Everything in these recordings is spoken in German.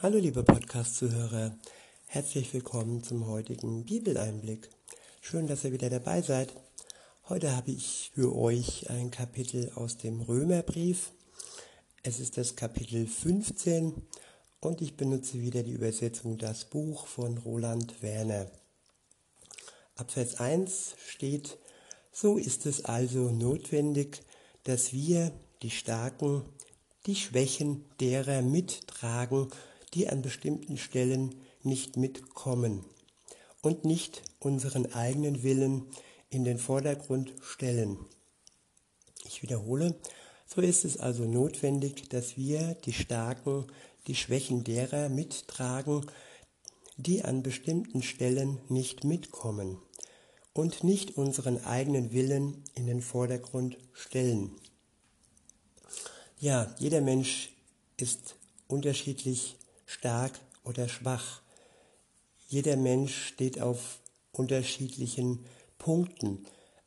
Hallo liebe Podcast-Zuhörer, herzlich willkommen zum heutigen Bibeleinblick. Schön, dass ihr wieder dabei seid. Heute habe ich für euch ein Kapitel aus dem Römerbrief. Es ist das Kapitel 15 und ich benutze wieder die Übersetzung Das Buch von Roland Werner. Ab Vers 1 steht: So ist es also notwendig, dass wir, die Starken, die Schwächen derer mittragen, die an bestimmten Stellen nicht mitkommen und nicht unseren eigenen Willen in den Vordergrund stellen. Ich wiederhole: So ist es also notwendig, dass wir, die Starken, die Schwächen derer mittragen, die an bestimmten Stellen nicht mitkommen und nicht unseren eigenen Willen in den Vordergrund stellen. Ja, jeder Mensch ist unterschiedlich stark oder schwach. Jeder Mensch steht auf unterschiedlichen Punkten,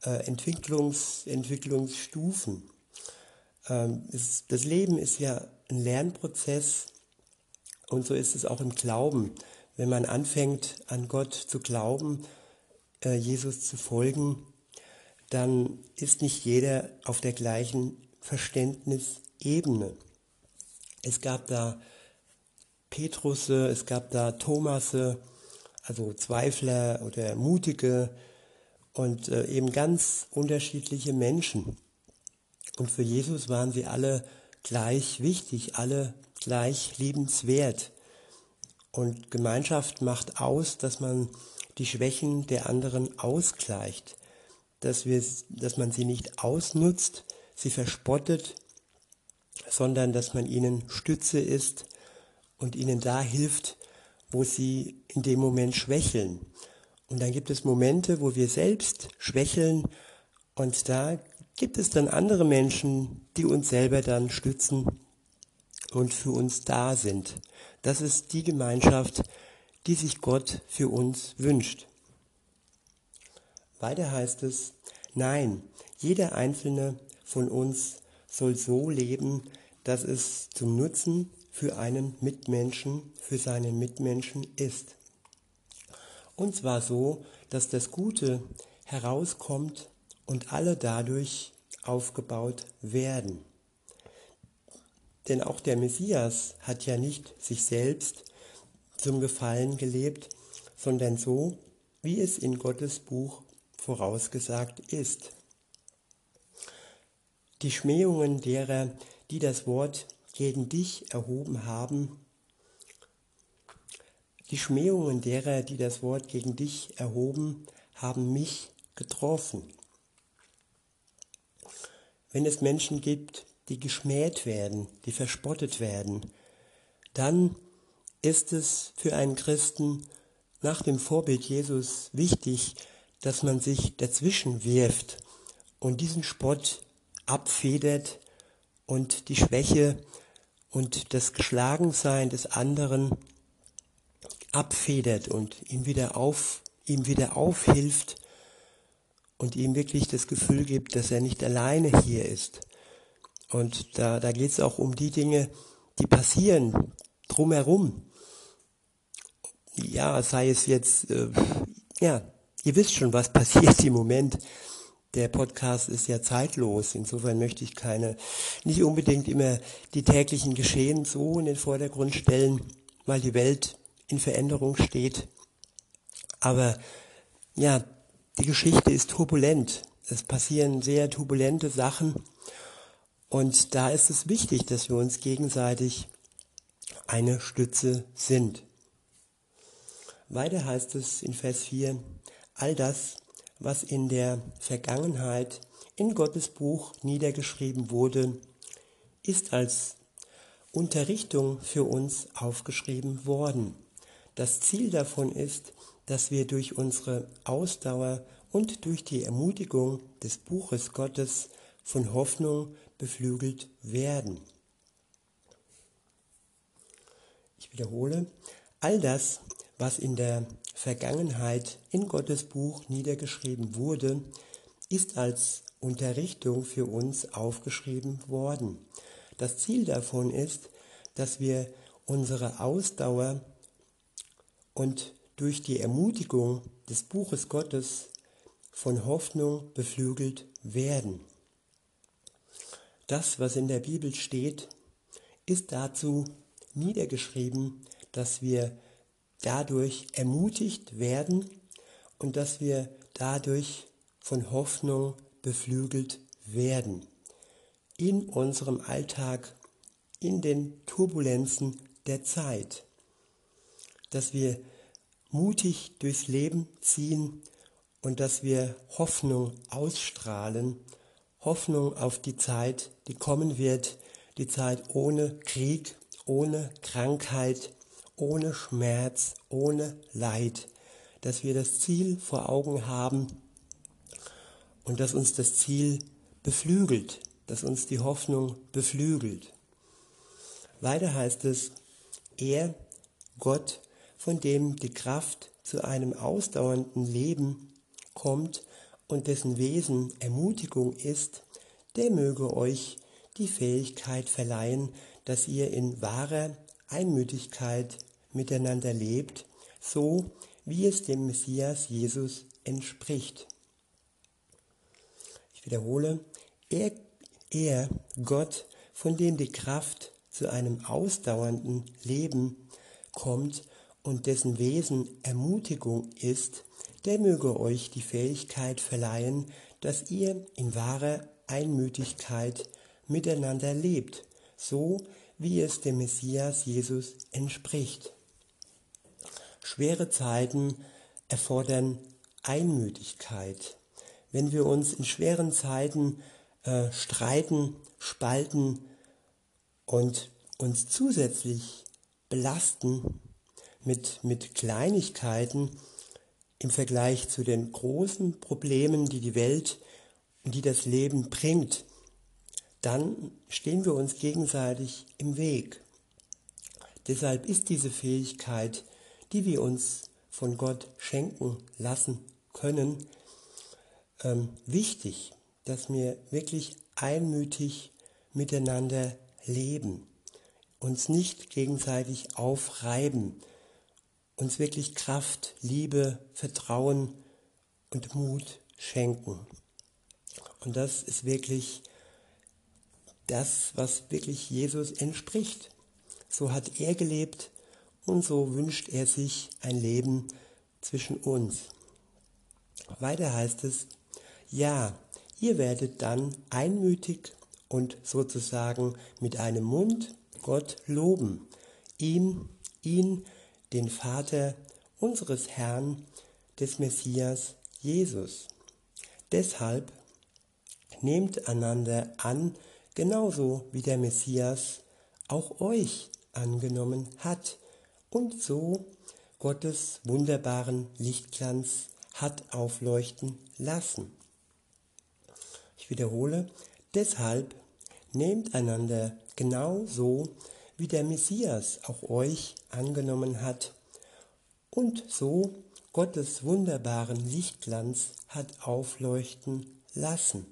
Entwicklungsstufen. Das Leben ist ja ein Lernprozess und so ist es auch im Glauben. Wenn man anfängt, an Gott zu glauben, Jesus zu folgen, dann ist nicht jeder auf der gleichen Verständnisebene. Es gab da Petrusse, es gab da Thomasse, also Zweifler oder Mutige und eben ganz unterschiedliche Menschen. Und für Jesus waren sie alle gleich wichtig, alle gleich liebenswert. Und Gemeinschaft macht aus, dass man die Schwächen der anderen ausgleicht, dass man sie nicht ausnutzt, sie verspottet, sondern dass man ihnen Stütze ist und ihnen da hilft, wo sie in dem Moment schwächeln. Und dann gibt es Momente, wo wir selbst schwächeln und da gibt es dann andere Menschen, die uns selber dann stützen und für uns da sind. Das ist die Gemeinschaft, die sich Gott für uns wünscht. Weiter heißt es: Nein, jeder einzelne von uns soll so leben, dass es zum Nutzen für einen Mitmenschen, für seinen Mitmenschen ist. Und zwar so, dass das Gute herauskommt und alle dadurch aufgebaut werden. Denn auch der Messias hat ja nicht sich selbst zum Gefallen gelebt, sondern so, wie es in Gottes Buch vorausgesagt ist. Die Schmähungen derer, die das Wort gegen dich erhoben haben, haben mich getroffen. Wenn es Menschen gibt, die geschmäht werden, die verspottet werden, dann ist es für einen Christen nach dem Vorbild Jesus wichtig, dass man sich dazwischen wirft und diesen Spott abfedert und die Schwäche und das Geschlagensein des anderen abfedert und ihm wieder aufhilft und ihm wirklich das Gefühl gibt, dass er nicht alleine hier ist. Und da geht es auch um die Dinge, die passieren drumherum. Ja, sei es jetzt, ihr wisst schon, was passiert im Moment. Der Podcast ist ja zeitlos, insofern möchte ich nicht unbedingt immer die täglichen Geschehen so in den Vordergrund stellen, weil die Welt in Veränderung steht. Aber ja, die Geschichte ist turbulent. Es passieren sehr turbulente Sachen und da ist es wichtig, dass wir uns gegenseitig eine Stütze sind. Weiter heißt es in Vers 4, all das, was in der Vergangenheit in Gottes Buch niedergeschrieben wurde, ist als Unterrichtung für uns aufgeschrieben worden. Das Ziel davon ist, dass wir durch unsere Ausdauer und durch die Ermutigung des Buches Gottes von Hoffnung beflügelt werden. Ich wiederhole, all das, was in der Vergangenheit in Gottes Buch niedergeschrieben wurde, ist als Unterrichtung für uns aufgeschrieben worden. Das Ziel davon ist, dass wir unsere Ausdauer und durch die Ermutigung des Buches Gottes von Hoffnung beflügelt werden. Das, was in der Bibel steht, ist dazu niedergeschrieben, dass wir dadurch ermutigt werden und dass wir dadurch von Hoffnung beflügelt werden. In unserem Alltag, in den Turbulenzen der Zeit. Dass wir mutig durchs Leben ziehen und dass wir Hoffnung ausstrahlen, Hoffnung auf die Zeit, die kommen wird, die Zeit ohne Krieg, ohne Krankheit, ohne Schmerz, ohne Leid, dass wir das Ziel vor Augen haben und dass uns das Ziel beflügelt, dass uns die Hoffnung beflügelt. Weiter heißt es, er, Gott, von dem die Kraft zu einem ausdauernden Leben kommt und dessen Wesen Ermutigung ist, der möge euch die Fähigkeit verleihen, dass ihr in wahrer Einmütigkeit miteinander lebt, so wie es dem Messias Jesus entspricht. Ich wiederhole, er, Gott, von dem die Kraft zu einem ausdauernden Leben kommt und dessen Wesen Ermutigung ist, der möge euch die Fähigkeit verleihen, dass ihr in wahrer Einmütigkeit miteinander lebt, so wie es dem Messias Jesus entspricht. Schwere Zeiten erfordern Einmütigkeit. Wenn wir uns in schweren Zeiten streiten, spalten und uns zusätzlich belasten mit Kleinigkeiten im Vergleich zu den großen Problemen, die die Welt und die das Leben bringt, dann stehen wir uns gegenseitig im Weg. Deshalb ist diese Fähigkeit, die wir uns von Gott schenken lassen können, wichtig, dass wir wirklich einmütig miteinander leben, uns nicht gegenseitig aufreiben, uns wirklich Kraft, Liebe, Vertrauen und Mut schenken. Und das ist wirklich das, was wirklich Jesus entspricht. So hat er gelebt und so wünscht er sich ein Leben zwischen uns. Weiter heißt es, ja, ihr werdet dann einmütig und sozusagen mit einem Mund Gott loben, ihn, den Vater unseres Herrn, des Messias Jesus. Deshalb nehmt einander an, genauso wie der Messias auch euch angenommen hat und so Gottes wunderbaren Lichtglanz hat aufleuchten lassen. Ich wiederhole, deshalb nehmt einander genauso wie der Messias auch euch angenommen hat und so Gottes wunderbaren Lichtglanz hat aufleuchten lassen.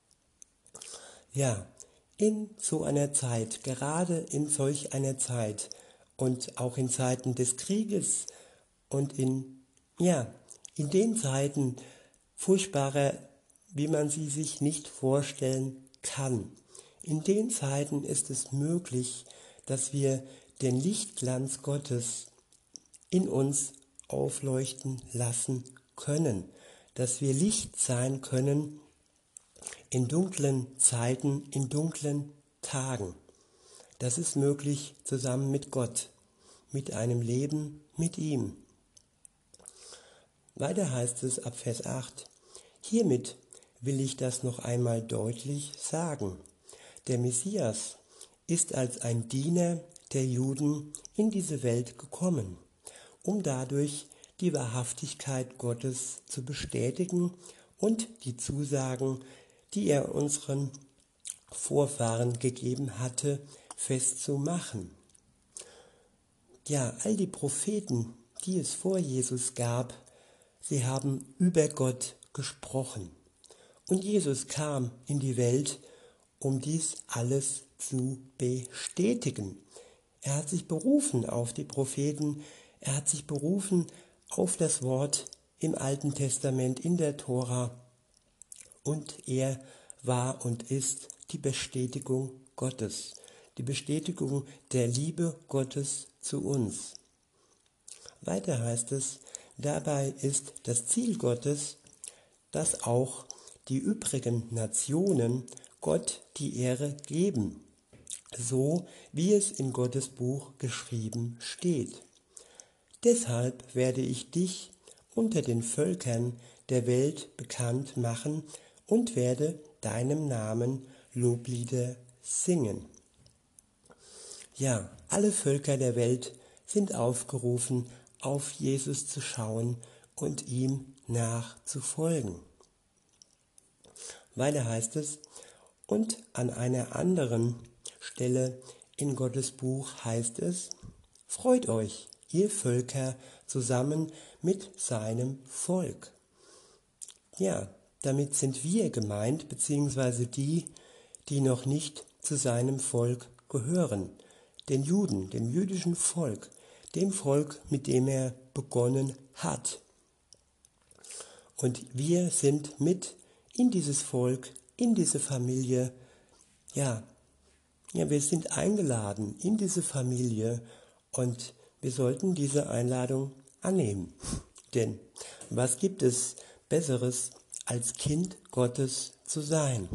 Ja, in so einer Zeit, gerade in solch einer Zeit und auch in Zeiten des Krieges und in den Zeiten furchtbarer, wie man sie sich nicht vorstellen kann. In den Zeiten ist es möglich, dass wir den Lichtglanz Gottes in uns aufleuchten lassen können, dass wir Licht sein können in dunklen Zeiten, in dunklen Tagen. Das ist möglich zusammen mit Gott, mit einem Leben mit ihm. Weiter heißt es ab Vers 8, hiermit will ich das noch einmal deutlich sagen. Der Messias ist als ein Diener der Juden in diese Welt gekommen, um dadurch die Wahrhaftigkeit Gottes zu bestätigen und die Zusagen, die er unseren Vorfahren gegeben hatte, festzumachen. Ja, all die Propheten, die es vor Jesus gab, sie haben über Gott gesprochen. Und Jesus kam in die Welt, um dies alles zu bestätigen. Er hat sich berufen auf die Propheten, er hat sich berufen auf das Wort im Alten Testament, in der Tora, und er war und ist die Bestätigung Gottes, die Bestätigung der Liebe Gottes zu uns. Weiter heißt es, dabei ist das Ziel Gottes, dass auch die übrigen Nationen Gott die Ehre geben, so wie es in Gottes Buch geschrieben steht. Deshalb werde ich dich unter den Völkern der Welt bekannt machen und werde deinem Namen Loblieder singen. Ja, alle Völker der Welt sind aufgerufen, auf Jesus zu schauen und ihm nachzufolgen. Weiter heißt es, und an einer anderen Stelle in Gottes Buch heißt es, freut euch, ihr Völker, zusammen mit seinem Volk. Ja, damit sind wir gemeint, beziehungsweise die, die noch nicht zu seinem Volk gehören, den Juden, dem jüdischen Volk, dem Volk, mit dem er begonnen hat. Und wir sind mit in dieses Volk, in diese Familie, ja, wir sind eingeladen in diese Familie und wir sollten diese Einladung annehmen. Denn was gibt es Besseres, als Kind Gottes zu sein?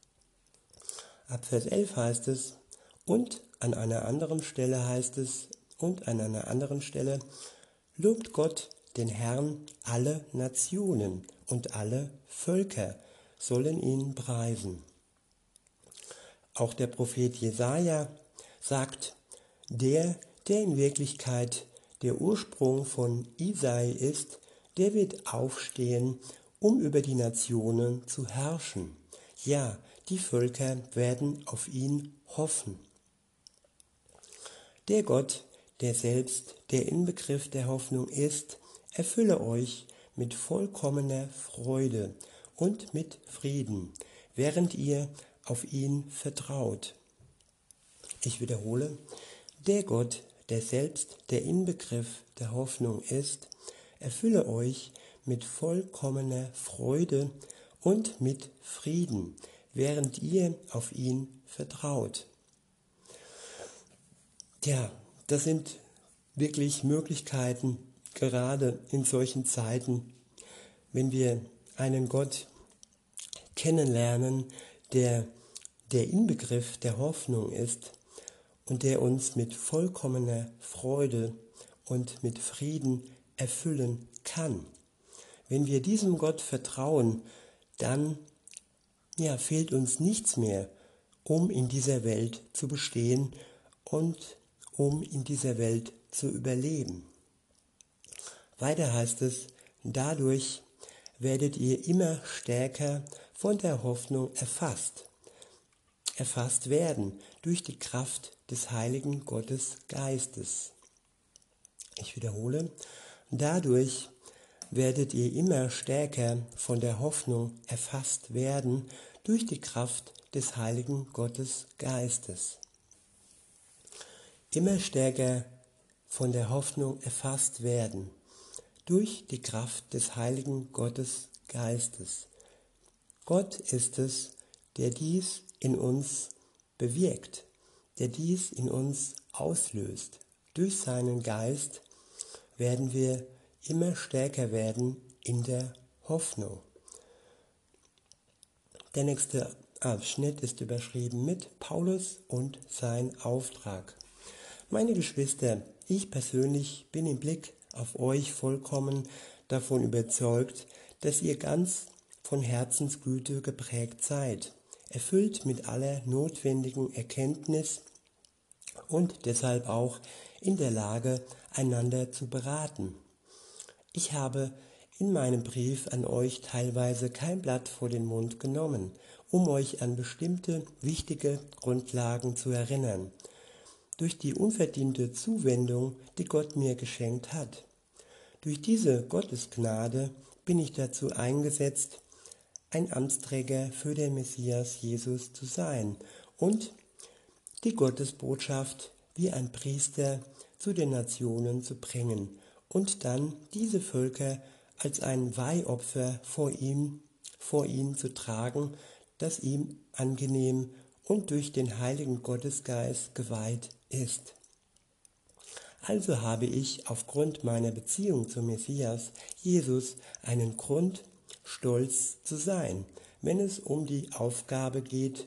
Ab Vers 11 heißt es, und an einer anderen Stelle heißt es, und an einer anderen Stelle, lobt Gott den Herrn, alle Nationen und alle Völker sollen ihn preisen. Auch der Prophet Jesaja sagt, der in Wirklichkeit der Ursprung von Isai ist, der wird aufstehen, um über die Nationen zu herrschen. Ja, die Völker werden auf ihn hoffen. Der Gott, der selbst der Inbegriff der Hoffnung ist, erfülle euch mit vollkommener Freude und mit Frieden, während ihr auf ihn vertraut. Ich wiederhole, der Gott, der selbst der Inbegriff der Hoffnung ist, erfülle euch mit vollkommener Freude und mit Frieden, während ihr auf ihn vertraut. Ja, das sind wirklich Möglichkeiten, gerade in solchen Zeiten, wenn wir einen Gott kennenlernen, der Inbegriff der Hoffnung ist und der uns mit vollkommener Freude und mit Frieden erfüllen kann. Wenn wir diesem Gott vertrauen, dann fehlt uns nichts mehr, um in dieser Welt zu bestehen und um in dieser Welt zu überleben. Weiter heißt es, dadurch werdet ihr immer stärker von der Hoffnung erfasst werden durch die Kraft des Heiligen Gottes Geistes. Ich wiederhole, dadurch werdet ihr immer stärker von der Hoffnung erfasst werden durch die Kraft des Heiligen Gottes Geistes. Immer stärker von der Hoffnung erfasst werden durch die Kraft des Heiligen Gottes Geistes. Gott ist es, der dies in uns bewirkt, der dies in uns auslöst. Durch seinen Geist werden wir immer stärker werden in der Hoffnung. Der nächste Abschnitt ist überschrieben mit Paulus und sein Auftrag. Meine Geschwister, ich persönlich bin im Blick auf euch vollkommen davon überzeugt, dass ihr ganz von Herzensgüte geprägt seid, erfüllt mit aller notwendigen Erkenntnis und deshalb auch in der Lage, einander zu beraten. Ich habe in meinem Brief an euch teilweise kein Blatt vor den Mund genommen, um euch an bestimmte wichtige Grundlagen zu erinnern, durch die unverdiente Zuwendung, die Gott mir geschenkt hat. Durch diese Gottesgnade bin ich dazu eingesetzt, ein Amtsträger für den Messias Jesus zu sein und die Gottesbotschaft wie ein Priester zu den Nationen zu bringen und dann diese Völker als ein Weihopfer vor ihn zu tragen, das ihm angenehm und durch den Heiligen Gottesgeist geweiht ist. Also habe ich aufgrund meiner Beziehung zum Messias, Jesus, einen Grund, stolz zu sein, wenn es um die Aufgaben geht,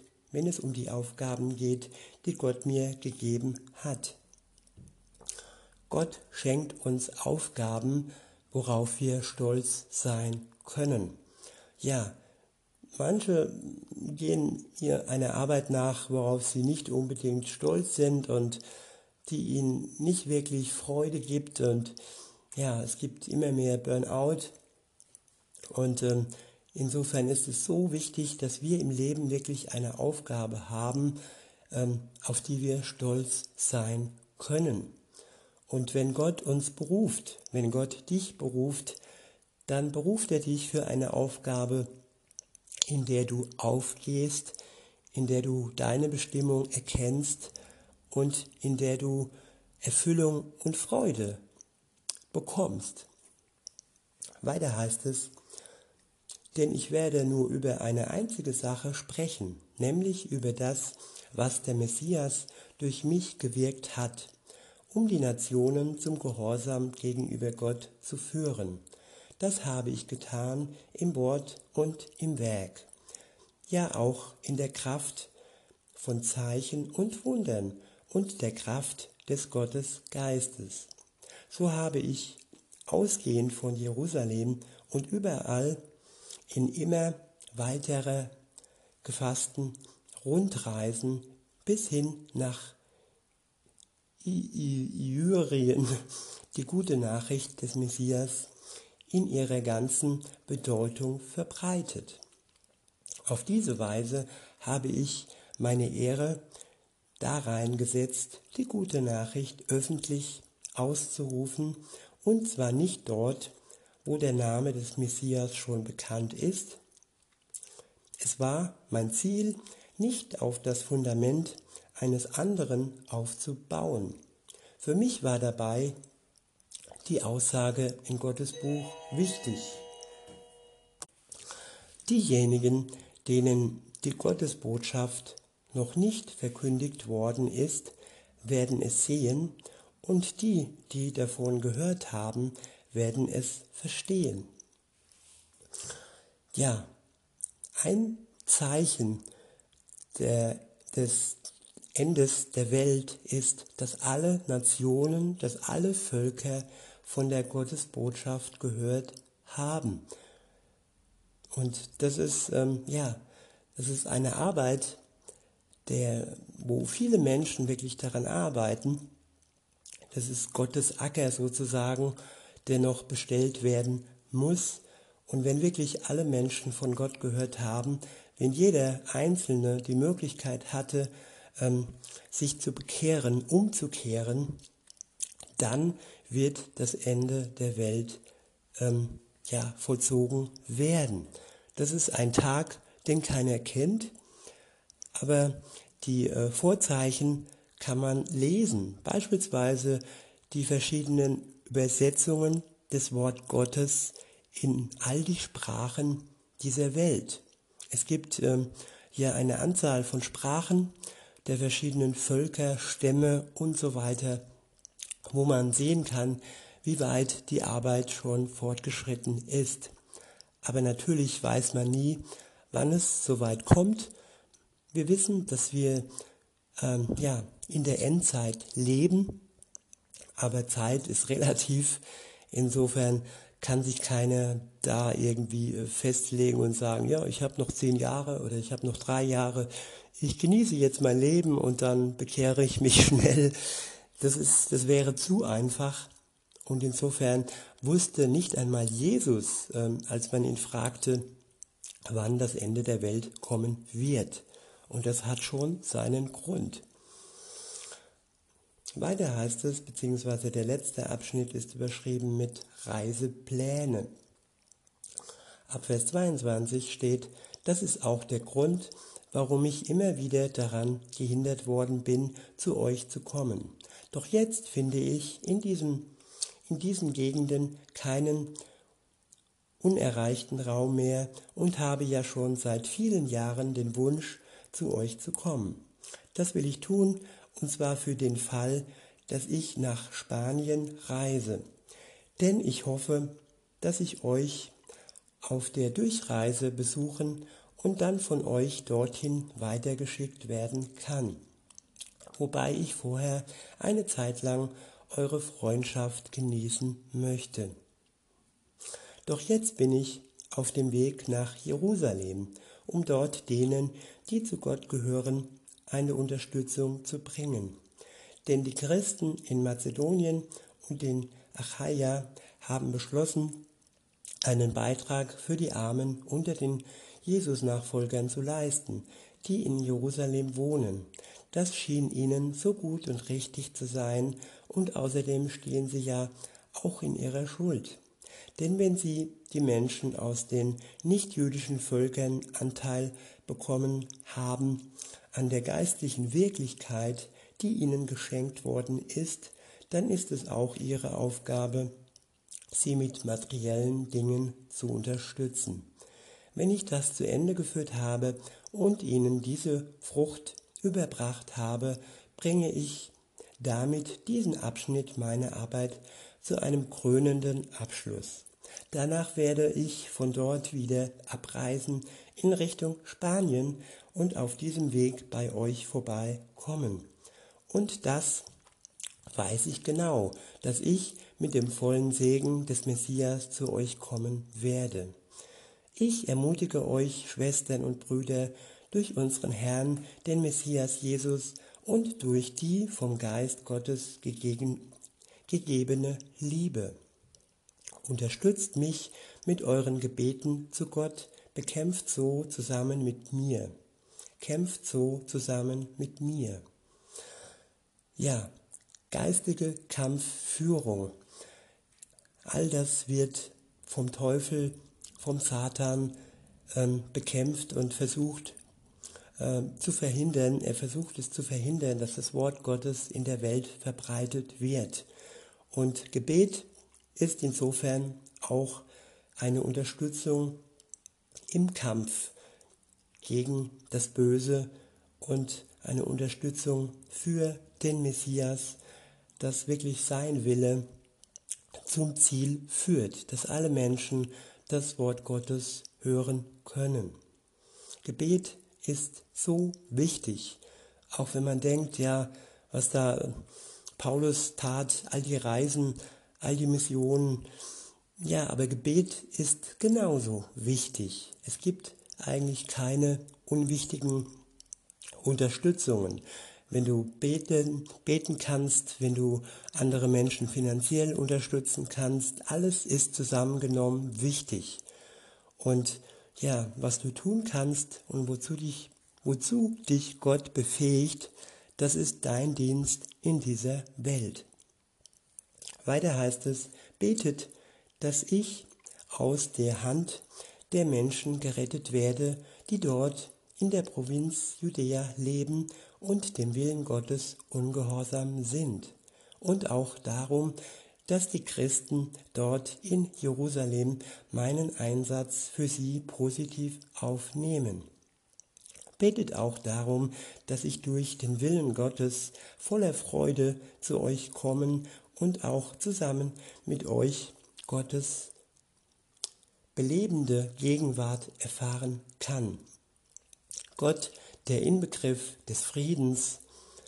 die Gott mir gegeben hat. Gott schenkt uns Aufgaben, worauf wir stolz sein können. Ja, manche gehen einer Arbeit nach, worauf sie nicht unbedingt stolz sind und die ihnen nicht wirklich Freude gibt. Und ja, es gibt immer mehr Burnout. Und insofern ist es so wichtig, dass wir im Leben wirklich eine Aufgabe haben, auf die wir stolz sein können. Und wenn Gott uns beruft, wenn Gott dich beruft, dann beruft er dich für eine Aufgabe, in der du aufgehst, in der du deine Bestimmung erkennst und in der du Erfüllung und Freude bekommst. Weiter heißt es, denn ich werde nur über eine einzige Sache sprechen, nämlich über das, was der Messias durch mich gewirkt hat, um die Nationen zum Gehorsam gegenüber Gott zu führen. Das habe ich getan im Wort und im Werk, ja auch in der Kraft von Zeichen und Wundern und der Kraft des Gottesgeistes. So habe ich, ausgehend von Jerusalem und überall in immer weitere gefassten Rundreisen bis hin nach Illyrien, die gute Nachricht des Messias in ihrer ganzen Bedeutung verbreitet. Auf diese Weise habe ich meine Ehre darein gesetzt, die gute Nachricht öffentlich auszurufen, und zwar nicht dort, wo der Name des Messias schon bekannt ist. Es war mein Ziel, nicht auf das Fundament eines anderen aufzubauen. Für mich war dabei die Aussage in Gottes Buch wichtig. Diejenigen, denen die Gottesbotschaft noch nicht verkündigt worden ist, werden es sehen, und die, die davon gehört haben, werden es verstehen. Ja, ein Zeichen des Endes der Welt ist, dass alle Nationen, dass alle Völker von der Gottesbotschaft gehört haben. Und das ist, das ist eine Arbeit, wo viele Menschen wirklich daran arbeiten. Das ist Gottes Acker sozusagen, der noch bestellt werden muss. Und wenn wirklich alle Menschen von Gott gehört haben, wenn jeder Einzelne die Möglichkeit hatte, sich zu bekehren, umzukehren, dann wird das Ende der Welt vollzogen werden. Das ist ein Tag, den keiner kennt, aber die Vorzeichen kann man lesen. Beispielsweise die verschiedenen Übersetzungen des Wort Gottes in all die Sprachen dieser Welt. Es gibt hier eine Anzahl von Sprachen der verschiedenen Völker, Stämme und so weiter, wo man sehen kann, wie weit die Arbeit schon fortgeschritten ist. Aber natürlich weiß man nie, wann es so weit kommt. Wir wissen, dass wir in der Endzeit leben, aber Zeit ist relativ. Insofern kann sich keiner da irgendwie festlegen und sagen, ja, ich habe noch 10 Jahre oder ich habe noch 3 Jahre. Ich genieße jetzt mein Leben und dann bekehre ich mich schnell. Das wäre zu einfach. Und insofern wusste nicht einmal Jesus, als man ihn fragte, wann das Ende der Welt kommen wird. Und das hat schon seinen Grund. Weiter heißt es, beziehungsweise der letzte Abschnitt ist überschrieben mit Reisepläne. Ab Vers 22 steht, das ist auch der Grund, warum ich immer wieder daran gehindert worden bin, zu euch zu kommen. Doch jetzt finde ich in diesen Gegenden keinen unerreichten Raum mehr und habe ja schon seit vielen Jahren den Wunsch, zu euch zu kommen. Das will ich tun, und zwar für den Fall, dass ich nach Spanien reise. Denn ich hoffe, dass ich euch auf der Durchreise besuchen und dann von euch dorthin weitergeschickt werden kann. Wobei ich vorher eine Zeit lang eure Freundschaft genießen möchte. Doch jetzt bin ich auf dem Weg nach Jerusalem, um dort denen, die zu Gott gehören, eine Unterstützung zu bringen. Denn die Christen in Mazedonien und in Achaia haben beschlossen, einen Beitrag für die Armen unter den Jesus-Nachfolgern zu leisten, die in Jerusalem wohnen. Das schien ihnen so gut und richtig zu sein, und außerdem stehen sie ja auch in ihrer Schuld. Denn wenn sie die Menschen aus den nichtjüdischen Völkern Anteil bekommen haben an der geistlichen Wirklichkeit, die ihnen geschenkt worden ist, dann ist es auch ihre Aufgabe, sie mit materiellen Dingen zu unterstützen. Wenn ich das zu Ende geführt habe und ihnen diese Frucht überbracht habe, bringe ich damit diesen Abschnitt meiner Arbeit zu einem krönenden Abschluss. Danach werde ich von dort wieder abreisen in Richtung Spanien und auf diesem Weg bei euch vorbeikommen. Und das weiß ich genau, dass ich mit dem vollen Segen des Messias zu euch kommen werde. Ich ermutige euch, Schwestern und Brüder, durch unseren Herrn, den Messias Jesus, und durch die vom Geist Gottes gegebene Liebe. Unterstützt mich mit euren Gebeten zu Gott, bekämpft so zusammen mit mir. Kämpft so zusammen mit mir. Ja, geistige Kampfführung. All das wird vom Teufel, vom Satan bekämpft und versucht zu verhindern. Er versucht es zu verhindern, dass das Wort Gottes in der Welt verbreitet wird. Und Gebet ist insofern auch eine Unterstützung im Kampf gegen das Böse und eine Unterstützung für den Messias, dass wirklich sein Wille zum Ziel führt, dass alle Menschen das Wort Gottes hören können. Gebet ist so wichtig, auch wenn man denkt, ja, was da Paulus tat, all die Reisen, all die Missionen, ja, aber Gebet ist genauso wichtig. Es gibt eigentlich keine unwichtigen Unterstützungen. Wenn du beten kannst, wenn du andere Menschen finanziell unterstützen kannst, alles ist zusammengenommen wichtig. Und ja, was du tun kannst und wozu dich Gott befähigt, das ist dein Dienst in dieser Welt. Weiter heißt es, betet, dass ich aus der Hand der Menschen gerettet werde, die dort in der Provinz Judäa leben und dem Willen Gottes ungehorsam sind. Und auch darum, dass die Christen dort in Jerusalem meinen Einsatz für sie positiv aufnehmen. Betet auch darum, dass ich durch den Willen Gottes voller Freude zu euch kommen und auch zusammen mit euch Gottes belebende Gegenwart erfahren kann. Gott, der Inbegriff des Friedens,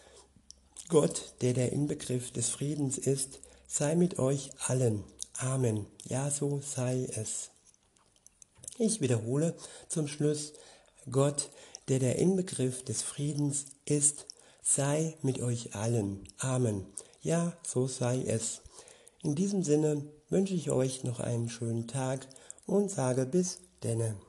Gott, der Inbegriff des Friedens ist, sei mit euch allen. Amen. Ja, so sei es. Ich wiederhole zum Schluss, Gott, der Inbegriff des Friedens ist, sei mit euch allen. Amen. Ja, so sei es. In diesem Sinne wünsche ich euch noch einen schönen Tag und sage bis denne.